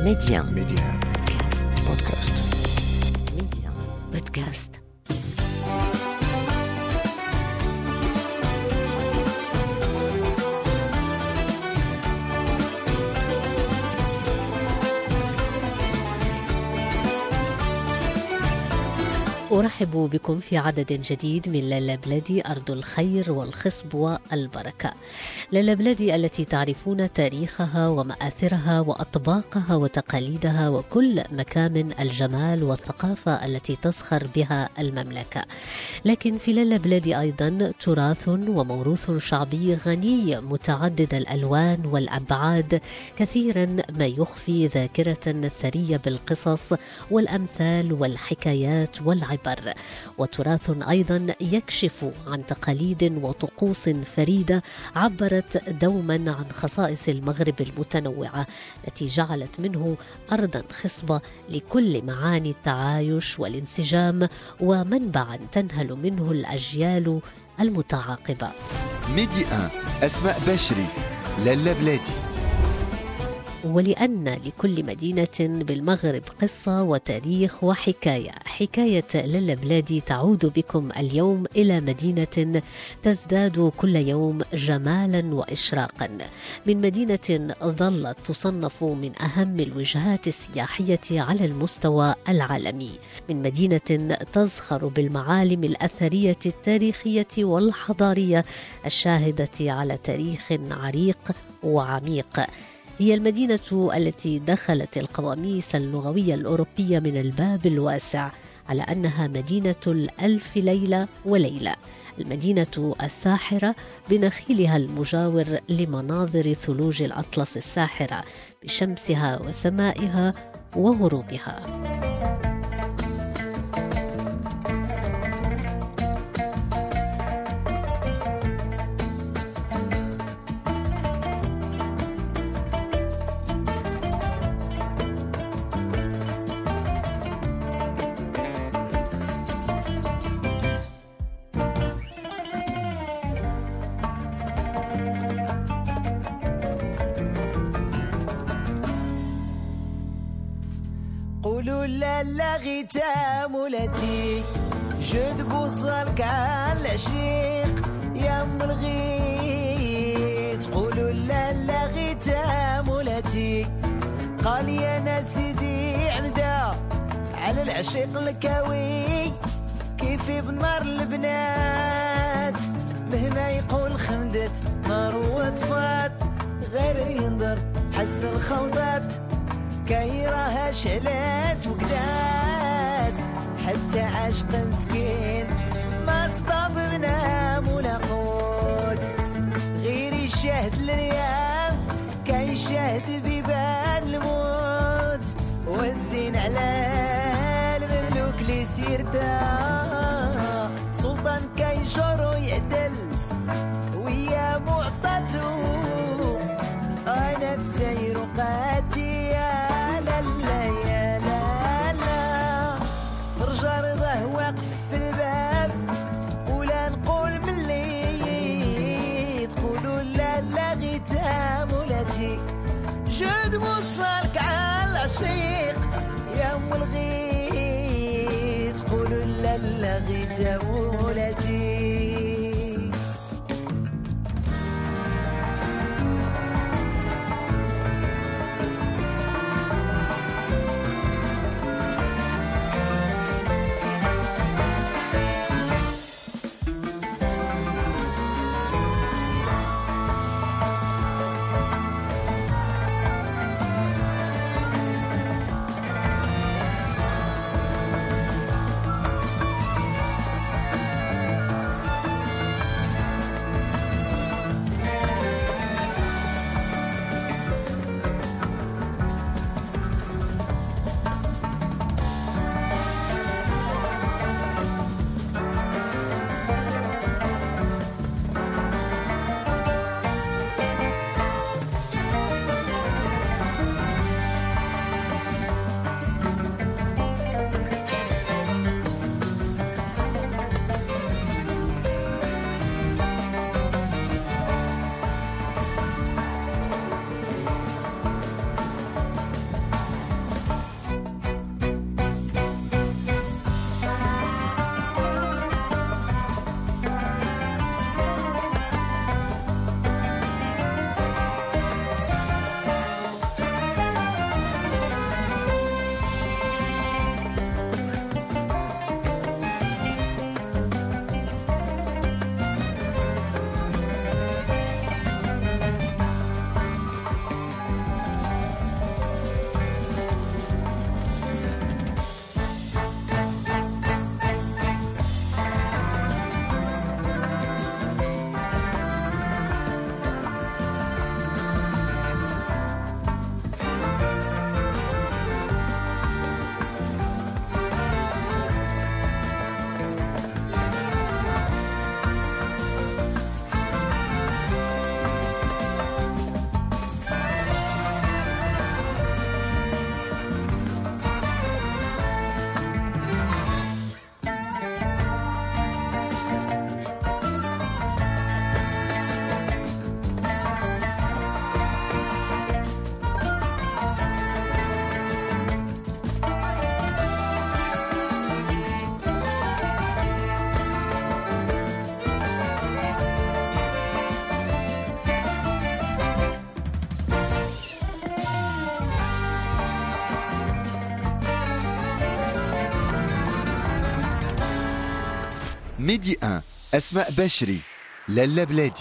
Média Podcast. Média Podcast. أرحب بكم في عدد جديد من لالا بلادي أرض الخير والخصب والبركة. لالا بلادي التي تعرفون تاريخها ومآثرها وأطباقها وتقاليدها وكل مكامن الجمال والثقافة التي تزخر بها المملكة. لكن في لالا بلادي أيضا تراث وموروث شعبي غني متعدد الألوان والأبعاد، كثيرا ما يخفي ذاكرة ثرية بالقصص والأمثال والحكايات والعبر، وتراث أيضا يكشف عن تقاليد وطقوس فريدة عبرت دوما عن خصائص المغرب المتنوعة التي جعلت منه أرضا خصبة لكل معاني التعايش والانسجام، ومنبعا تنهل منه الأجيال المتعاقبة. ميدي 1 أسماء بشري، لالا بلادي. ولأن لكل مدينة بالمغرب قصة وتاريخ وحكاية، حكاية لالا بلادي تعود بكم اليوم إلى مدينة تزداد كل يوم جمالا وإشراقا، من مدينة ظلت تصنف من أهم الوجهات السياحية على المستوى العالمي، من مدينة تزخر بالمعالم الأثرية التاريخية والحضارية الشاهدة على تاريخ عريق وعميق. هي المدينة التي دخلت القواميس اللغوية الأوروبية من الباب الواسع على أنها مدينة الألف ليلة وليلة، المدينة الساحرة بنخيلها المجاور لمناظر ثلوج الأطلس الساحرة بشمسها وسمائها وغروبها. قولوا لالا غيتا مولاتي جد بوصلك على العشيق يا ام الغيت. قولوا لالا غيتا مولاتي قال يا ناس سيدي عمدا على العشيق الكاوي كيف بنار البنات مهما يقول خمدت نار وطفات غير ينظر حسن الخوضات كايراها شلات وقداد حتى عشق مسكين ما صطاب بنام ولا قوت غير يشاهد الريام كيشاهد بيبان الموت والزين على المملوك لي سيرتا سلطان كيجرو يعدل ويا معطاتو انا بسير قاتي يا لالا يا لالا رجع رضاه واقف في الباب ولا نقول ملي تقولوا لالا غيتا مولاتي جد وصلك على العشيق يا ام الغيت. قولوا لالا غيتا مولاتي. ميدي 1 أسماء بشري لالا بلادي.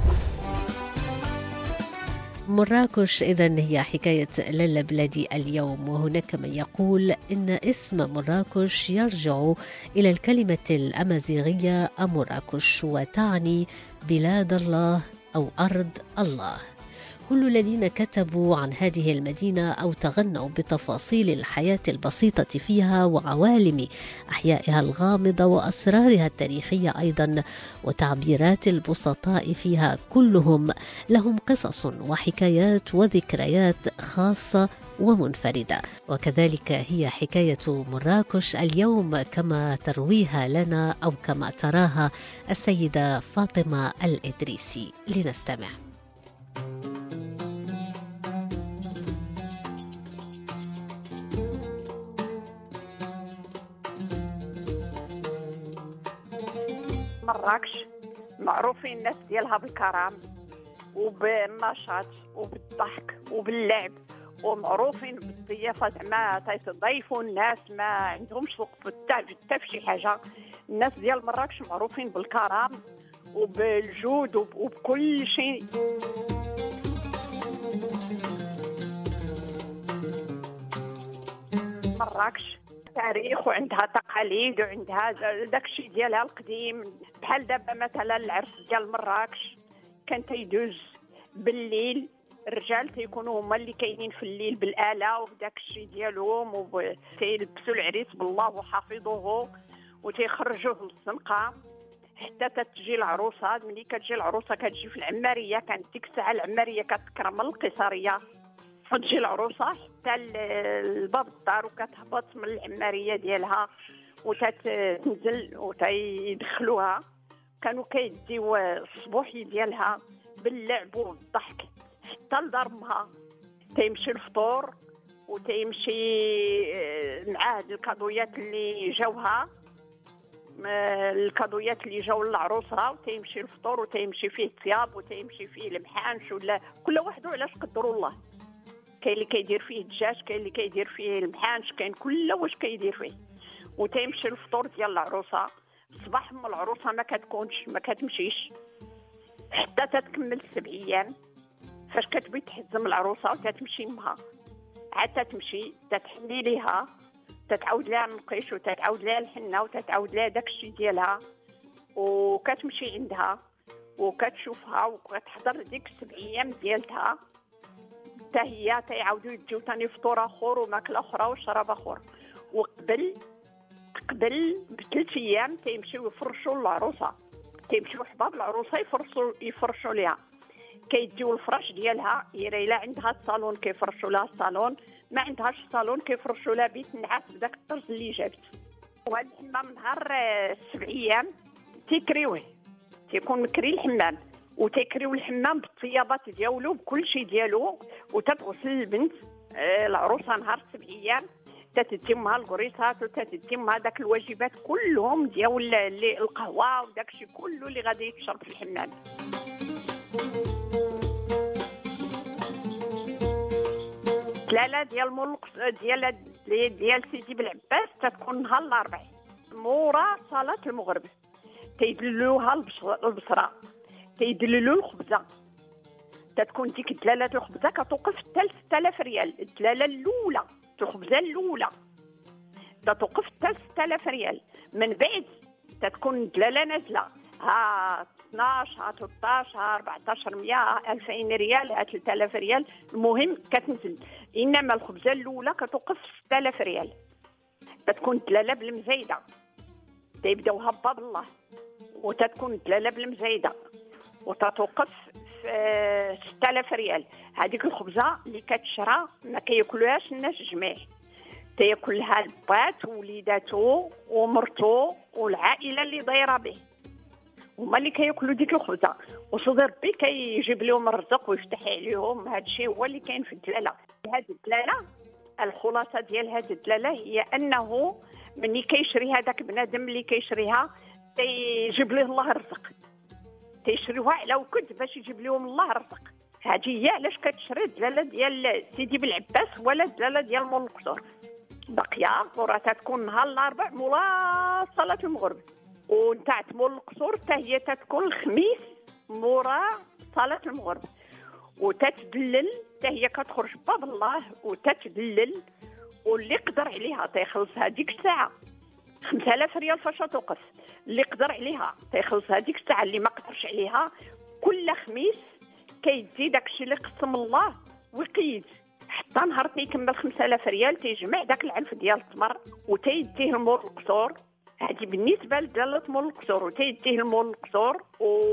مراكش إذن هي حكاية لالا بلادي اليوم، وهناك من يقول إن اسم مراكش يرجع إلى الكلمة الأمازيغية أمراكش، وتعني بلاد الله أو أرض الله. كل الذين كتبوا عن هذه المدينة أو تغنوا بتفاصيل الحياة البسيطة فيها وعوالم أحيائها الغامضة وأسرارها التاريخية أيضا وتعبيرات البسطاء فيها، كلهم لهم قصص وحكايات وذكريات خاصة ومنفردة. وكذلك هي حكاية مراكش اليوم كما ترويها لنا أو كما تراها السيدة فاطمة الإدريسي. لنستمع. مراكش معروفين الناس ديالها بالكرم وبالنشاط وبالضحك وباللعب، ومعروفين بالضيافه، زعما تيضيفوا الناس ما عندهمش وقت حتى في شي حاجه. الناس ديال مراكش معروفين بالكرم وبالجود وبكل شيء. مراكش تاريخ وعندها تقاليد وعندها داكشي ديالها القديم، بحال دابا مثلا العرس ديال مراكش كان تيدوز بالليل، الرجال تيكونوا هما اللي كاينين في الليل بالآلة وداكشي ديالهم، وتيلبسوا العريس بالله وحافظوه وتيخرجوه للزنقه حتى تتجي العروسه. ملي كتجي العروسه كتجي في العماريه، كانت ديك الساعه العماريه كتكرم القيصريه، وتجي العروسه حتى لباب الدار وكتهبط من العماريه ديالها وتتنزل وتيدخلوها. كانوا كيديو الصبوحي ديالها باللعب والضحك حتى لدار امها. تيمشي الفطور وتيمشي مع هاد الكادويات اللي جاوها، الكادويات اللي جاو للعروسه، وتيمشي الفطور وتيمشي فيه الثياب وتيمشي فيه المحانش، ولا كل واحد علاش قدروا الله. كاين اللي كيدير فيه الدجاج، كاين اللي كيدير فيه المحانش، كاين كل واش كيدير فيه. وتيمشي الفطور ديال العروسه صباح ام العروسه ما كتمشيش حتى تتكمل 7 ايام. فاش كتبغي تحزم العروسه وتتمشي امها حتى تمشي، تتحلي ليها، تتعاود لها النقيش وتتعاود لها الحنه وتتعاود لها داكشي ديالها، وكتمشي عندها وكتشوفها وكتحضر ديك 7 ايام ديالتها. حتى هي تيعاودوا يجيو ثاني فطور اخر وماكله اخرى وشراب اخر. وقبل ب3 ايام تيمشيو يفرشوا العروسه، تيمشيو حباب العروسه يفرشوا ليها، كيديو الفراش ديالها. الا عندها الصالون كيفرشوا لها الصالون، ما عندهاش الصالون كيفرشوا لها بيت النعاس بداك الطرز اللي جابت. وهاد الحمام نهار 7 ايام تيكريوه، تيكون مكري الحمام وتيكريو الحمام بالطيابات ديالو بكل شيء ديالو. وتتغسل البنت العروسه نهار 7 ايام، تتتمها القريصات وتتتمها داك الواجبات كلهم ديال القهوه وداكشي كله اللي غادي يتشرب في الحمام. ثلاثه ديال ملق ديال سيدي بالعباس تتكون نهار الاربعاء مورا صلاه المغرب. تيدللوها البصره، تيدللوا الخبزه. تتكون ديك الدلاله الخبزه كتوقف حتى 6000 ريال. الدلاله الاولى الخبزه الاولى تتوقف حتى 6000 ريال. من بعد تتكون الدلاله نازله، ها 12 ها 13 ها 1400 2000 ريال ها 3000 ريال، المهم كتنزل. انما الخبزه الاولى كتوقف 6000 ريال. تتكون الدلاله بالمزايده، تيبداو هبا بالله، وتتكون الدلاله بالمزايده وتتوقف في 6000 ريال. هذيك الخبزه اللي كتشرى ما كياكلوهاش الناس جميع، تياكلها البات ووليداتو ومرتو والعائله اللي دايره به، هما اللي كياكلوا ديك الخبزه. وصدر ربي كيجيب لهم الرزق ويفتح عليهم. هذا الشيء هو اللي كاين في الدلاله. هذه الدلاله الخلاصه ديال هذه الدلاله هي انه ملي كيشري هذاك بنادم اللي كيشريها تيجيب ليه الله الرزق، تيشريوها على وكد باش يجيب لهم الله الرزق. هذه هي علاش كتشري الدلاله ديال سيدي بالعباس ولا الدلاله ديال مول القصور. باقيه القرى تتكون نهار الاربع مولا صلاه المغرب، ونتاع مول القصور حتى هي تتكون الخميس مورا صلاة المغرب، وتتدلل حتى هي كتخرج باب الله وتتدلل، واللي قدر عليها تيخلصها ديك الساعة 5000 ريال فاش توقف. اللي قدر عليها تيخلصها ديك الساعة، اللي ما قدرش عليها كل خميس كيدي داكشي اللي قسم الله ويقيد حتى نهار تيكمل 5000 ريال، تيجمع داك العلف ديال التمر وتيديه لمول القصور. هذه بالنسبه لداله مول القصور، وتيديه لمول القصور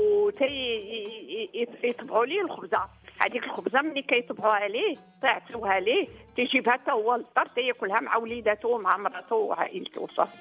يطبعوا ليه الخبزه. هذيك الخبزه ملي كيطبعوها ليه تعطيوها ليه تيجيبها حتى هو للدار تياكلها مع وليداته ومع مراته وعائلته وصافي.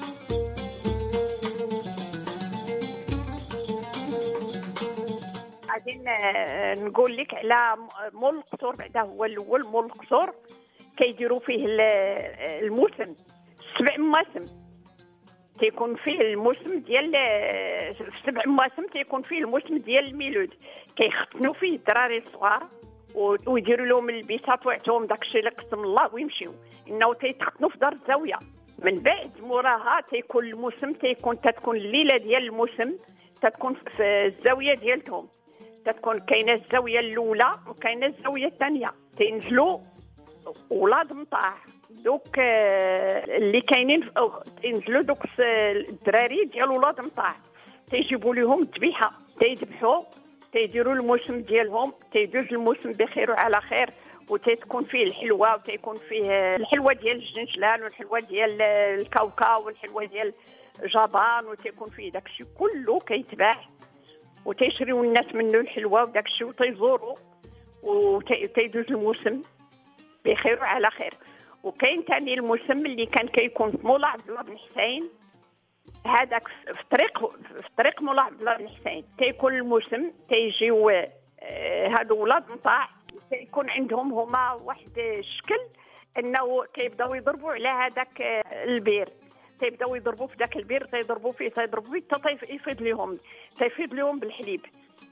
غادي نقول لك على مول القصور. بعدا هو الاول مول القصور كيديروا فيه الموسم 7 مواسم، تيكون فيه الموسم ديال 7 مواسم، تيكون فيه الموسم ديال الميلود، كيختنوا فيه الدراري الصغار ويديروا لهم البيسات ويعطوهم داكشي اللي قسم الله ويمشيو، انه تيتختنوا في دار الزاويه. من بعد موراها تيكون الموسم، تتكون الليله ديال الموسم تتكون في الزاويه ديالتهم، تتكون كاينه الزاويه الاولى وكاينه الزاويه الثانيه. تينزلوا ولاد مطاع دوك اللي كاينين ينزلوا دوك الدراري ديال ولاد مطاع، تيجيبوا لهم الذبيحه تيذبحوا، تيديروا الموسم ديالهم، تيدوز الموسم بخير وعلى خير، وتتكون فيه الحلوه، وتيكون فيه الحلوه ديال الجنجلان والحلوه ديال الكاوكاو والحلوه ديال جبان، وتيكون فيه داكشي كله كيتباع، وتيشريو الناس منه الحلوه وداكشي وتيزوروا، وتيدوز الموسم بخير وعلى خير. وكاين ثاني الموسم اللي كان كيكون في مولا عبد الله بن حسين، هذاك في طريق مولا عبد الله بن حسين تيكون الموسم، تيجيو هادو ولاد مطاع، تيكون عندهم هما واحد الشكل انه كيبداو يضربوا على هذاك البير، تيبداو يضربوا في ذاك البير، تيضربوا فيه حتى يفيض لهم بالحليب،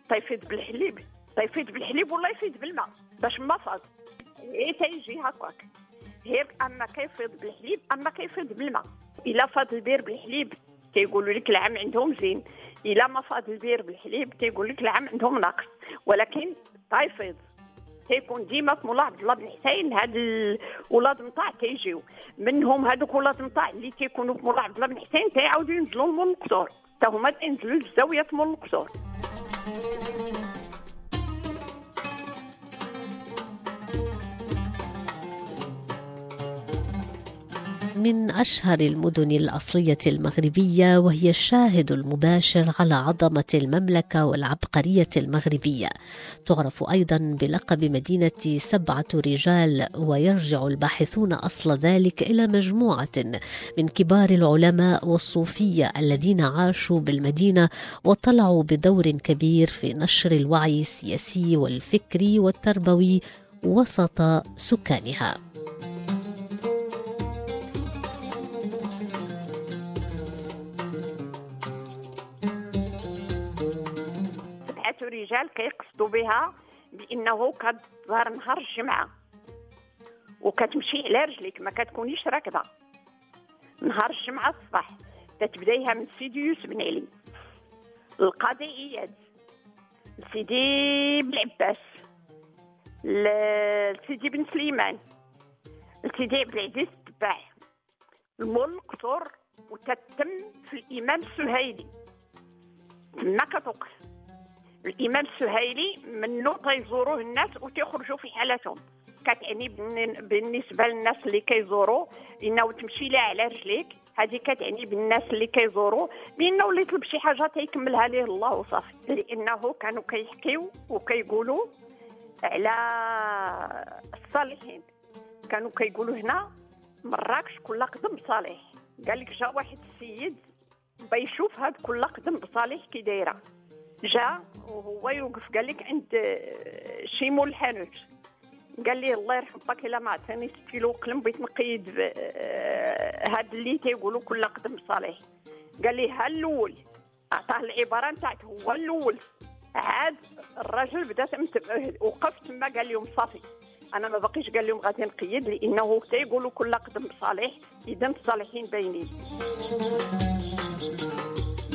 تيفيض بالحليب ولا يفيض بالماء باش ما فاض تيجي هكاك هيك. اما كيفيض بالحليب اما كيفيض بالماء. الا فاض البير بالحليب تيقولوا لك العام عندهم زين، الا ما فاض البير بالحليب تيقول لك العام عندهم ناقص. ولكن تيفيض تيكون ديما في مولا عبد الله بن حسين. هاد ولاد مطاع تيجيو منهم، هادوك ولاد مطاع اللي تيكونوا في مولا عبد الله بن حسين تيعاودوا ينزلوا لمول القصور، حتى هما تينزلوا للزاويه مول القصور. من أشهر المدن الأصلية المغربية، وهي الشاهد المباشر على عظمة المملكة والعبقرية المغربية. تعرف أيضا بلقب مدينة 7 رجال، ويرجع الباحثون أصل ذلك إلى مجموعة من كبار العلماء والصوفية الذين عاشوا بالمدينة وطلعوا بدور كبير في نشر الوعي السياسي والفكري والتربوي وسط سكانها. 7 رجال كيقصدوا بها بانه كتظهر نهار الجمعه وكتمشي على رجليك، ما كتكونيش راكبه. نهار الجمعه الصباح تتبدايها من سيدي يوسف بن علي، القاضي اياد، سيدي بن عباس، سيدي بن سليمان، سيدي عبد العزيز التباع، المول القصور، وتتم في الامام السهيلي. ما كتوقف الامام السهيلي منه تيزوروه الناس وتيخرجوا في حالتهم. كتعني بالنسبه للناس اللي كيزوروا انه تمشي لها على رجليك، هذه كتعني بالناس اللي كيزوروا بانه اللي يطلب شي حاجه تيكملها ليه الله وصافي. لانه كانوا كيحكيو وكيقولوا على الصالحين، كانوا كيقولوا هنا مراكش كل قدم بصالح. قال لك جا واحد السيد بيشوف هاد كل قدم بصالح كي دايره، جا وهو يوقف قال لك عند شي مول الحانوت، قال لي الله يرحم باك الا ما عطاني 6 كيلو قلم بغيت نقيد هاد اللي تيقولوا كل قدم بصالح. قال لي ها الاول، عطاه العباره نتاعك هو الاول. عاد الراجل بدا وقف تما قال لهم صافي انا ما باقيش، قال لهم غادي نقيد لانه تيقولوا كل قدم بصالح، اذا الصالحين باينين.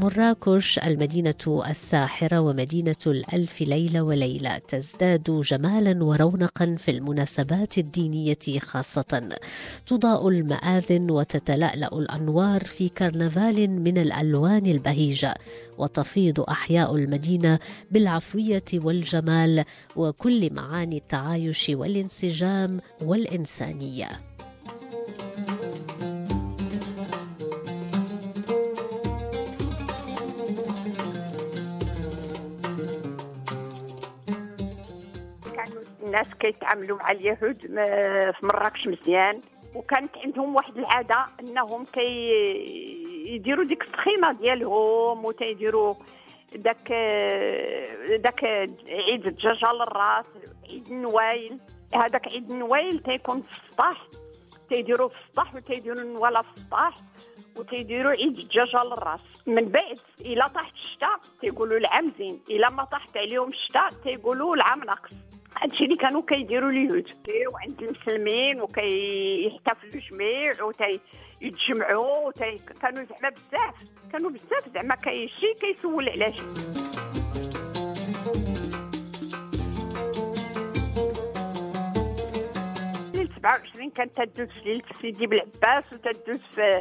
مراكش المدينة الساحرة ومدينة الألف ليلة وليلة تزداد جمالا ورونقا في المناسبات الدينية خاصة. تضاء المآذن وتتلألأ الأنوار في كرنفال من الألوان البهيجة، وتفيض أحياء المدينة بالعفوية والجمال وكل معاني التعايش والانسجام والإنسانية. الناس كيتعاملوا مع اليهود في مراكش مزيان، وكانت عندهم واحد العاده انهم يديروا ديك السخيمه ديالهم وتيديروا داك عيد الدجاجه للراس، عيد النوايل. هذاك عيد النوايل تيكون في السطح، تيديروه في السطح وتيديروا النواله في السطح وتيديروا عيد الدجاجه للراس. من بعد الا طاحت الشتاء تيقولوا العام زين، الا ما طاحت عليهم الشتاء تيقولوا العام ناقص. هادشي اللي كانوا كيديروا اليهود وعند المسلمين وكيحتفلوا جميع ويتجمعوا كانوا زعما بزاف زعما شي كيسول علاش. ليله 27 كانت تدوز في ليله سيدي بلعباس وتدوز في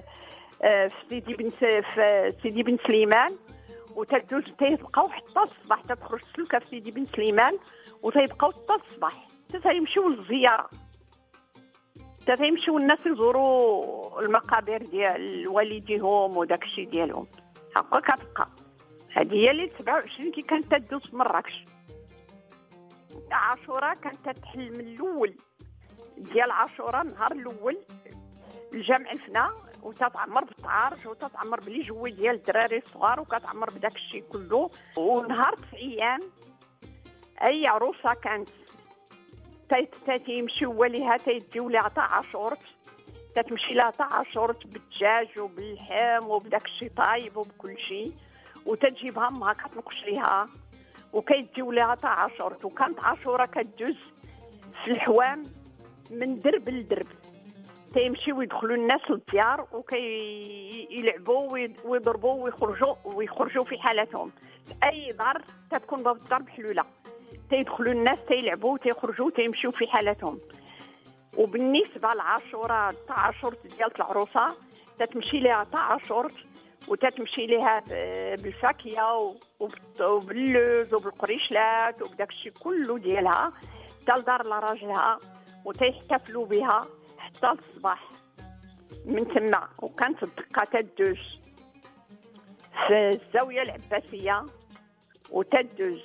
سيدي بن سليمان، وتدوز تيبقاو حتى الصباح، تخرج السلكه في سيدي بن سليمان وتيبقاو حتى الصباح، تيمشيو للزياره، تيمشيو الناس يزوروا المقابر ديال والديهم وداك الشيء ديالهم. هكا كتبقى. هذه هي ليله 27 كي كانت تدوز في مراكش. عاشوراء كانت تتحل من الاول ديال عاشوراء، النهار الاول الجامع الفنا وتتعمر بالطعارج وتتعمر بلي جوي ديال الدراري الصغار وكتعمر بداك الشيء كله. ونهار 9 ايام اي عروسه كانت تيمشيو وليها تيديو لها حتى عاشورت، تتمشي لها حتى عاشورت بالدجاج وباللحم وبداك الشيء طايب وبكل شيء، وتجيبها امها كتنقش ليها وكيديو لها حتى عاشورت. وكانت عاشوره كدوز في الحوام من درب لدرب، تيمشيو ويدخلوا الناس للديار وكيلعبوا ويضربوا ويخرجوا في حالتهم. اي دار تتكون باب الدار محلوله، تيدخلوا الناس تيلعبوا وتيخرجوا تيمشيو في حالتهم. وبالنسبه لعاشوراء تاع عاشورت ديال العروسه تتمشي لها تاع عاشورت وتتمشي لها بالفاكهه وباللوز وبالقريشلات وبداك الشيء كله ديالها حتى لدار لراجلها، وتيحتفلوا بها حتى الصباح من تما. وكانت الدقه تدوز في الزاويه العباسيه وتدوز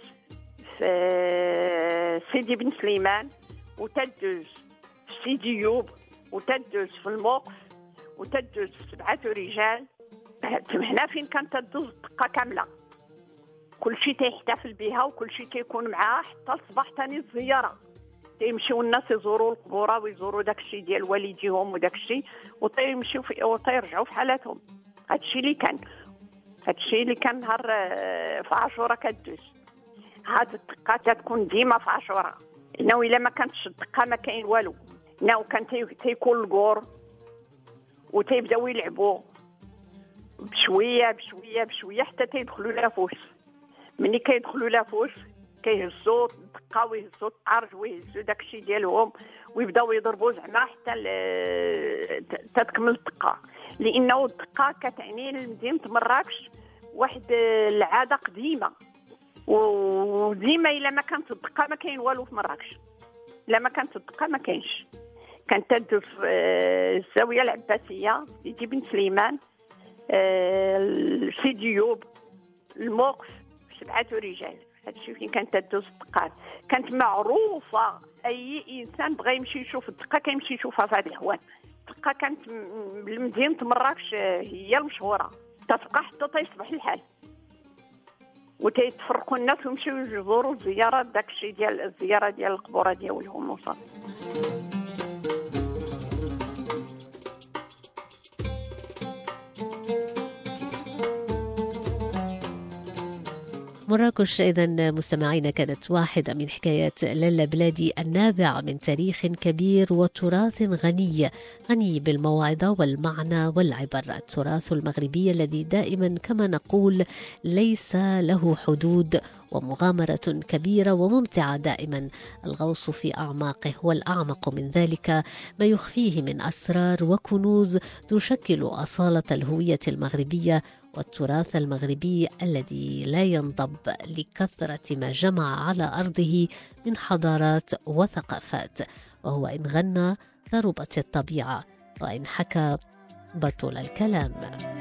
في سيدي بن سليمان وتدوز في سيدي يوب وتدوز في الموقف وتدوز في 7 رجال. هنا فين كانت تدوز الدقه كامله، كل شيء تيحتفل بها وكل شيء تيكون معاه حتى الصباح ثاني الزياره. تيمشيو الناس يزوروا القبوره ويزوروا داك الشيء ديال والديهم وداك الشيء وتيمشيو وتيرجعوا في حالاتهم. هادشي اللي كان نهار في عاشوراء كدوز. هاد الدقه تكون ديما في عاشوراء، انه الا ما كانتش الدقه ما كاين والو. انه كان تيكون الكور وتيبداو يلعبوا بشويه بشويه بشويه حتى تيدخلوا لافوس. ملي كيدخلوا لافوس كيهزوا الدقه ويهزوا الطرج ويهزوا داكشي ديالهم ويبداو يضربوا زعما حتى تتكمل الدقه، لانه الدقه كتعني لمدينه مراكش واحد العاده قديمه. وديما الا ما كانت الدقه ما كاين والو في مراكش، الا ما كانت الدقه ما كاينش. كانت تدوز في الزاويه العباسيه سيدي بن سليمان سيدي يوب الموقف 7 رجال. هادشي فين كانت تدوز الدقات. كانت معروفه، اي انسان بغى يمشي يشوف الدقه كيمشي يشوفها في هاد الحوان. الدقه كانت بمدينه مراكش هي المشهوره، تتبقى حتى تيصبح الحال وتيتفرقوا الناس ويمشيو يزوروا الزياره داكشي ديال الزياره ديال القبوره ديالهم وصافي. مراكش إذا مستمعينا كانت واحدة من حكايات لالا بلادي النابعة من تاريخ كبير وتراث غني بالموعظة والمعنى والعبر. التراث المغربي الذي دائما كما نقول ليس له حدود، ومغامرة كبيرة وممتعة دائما الغوص في أعماقه، والأعمق من ذلك ما يخفيه من أسرار وكنوز تشكل أصالة الهوية المغربية والتراث المغربي الذي لا ينضب لكثرة ما جمع على أرضه من حضارات وثقافات. وهو إن غنى ضربت الطبيعة، وإن حكى بطل الكلام.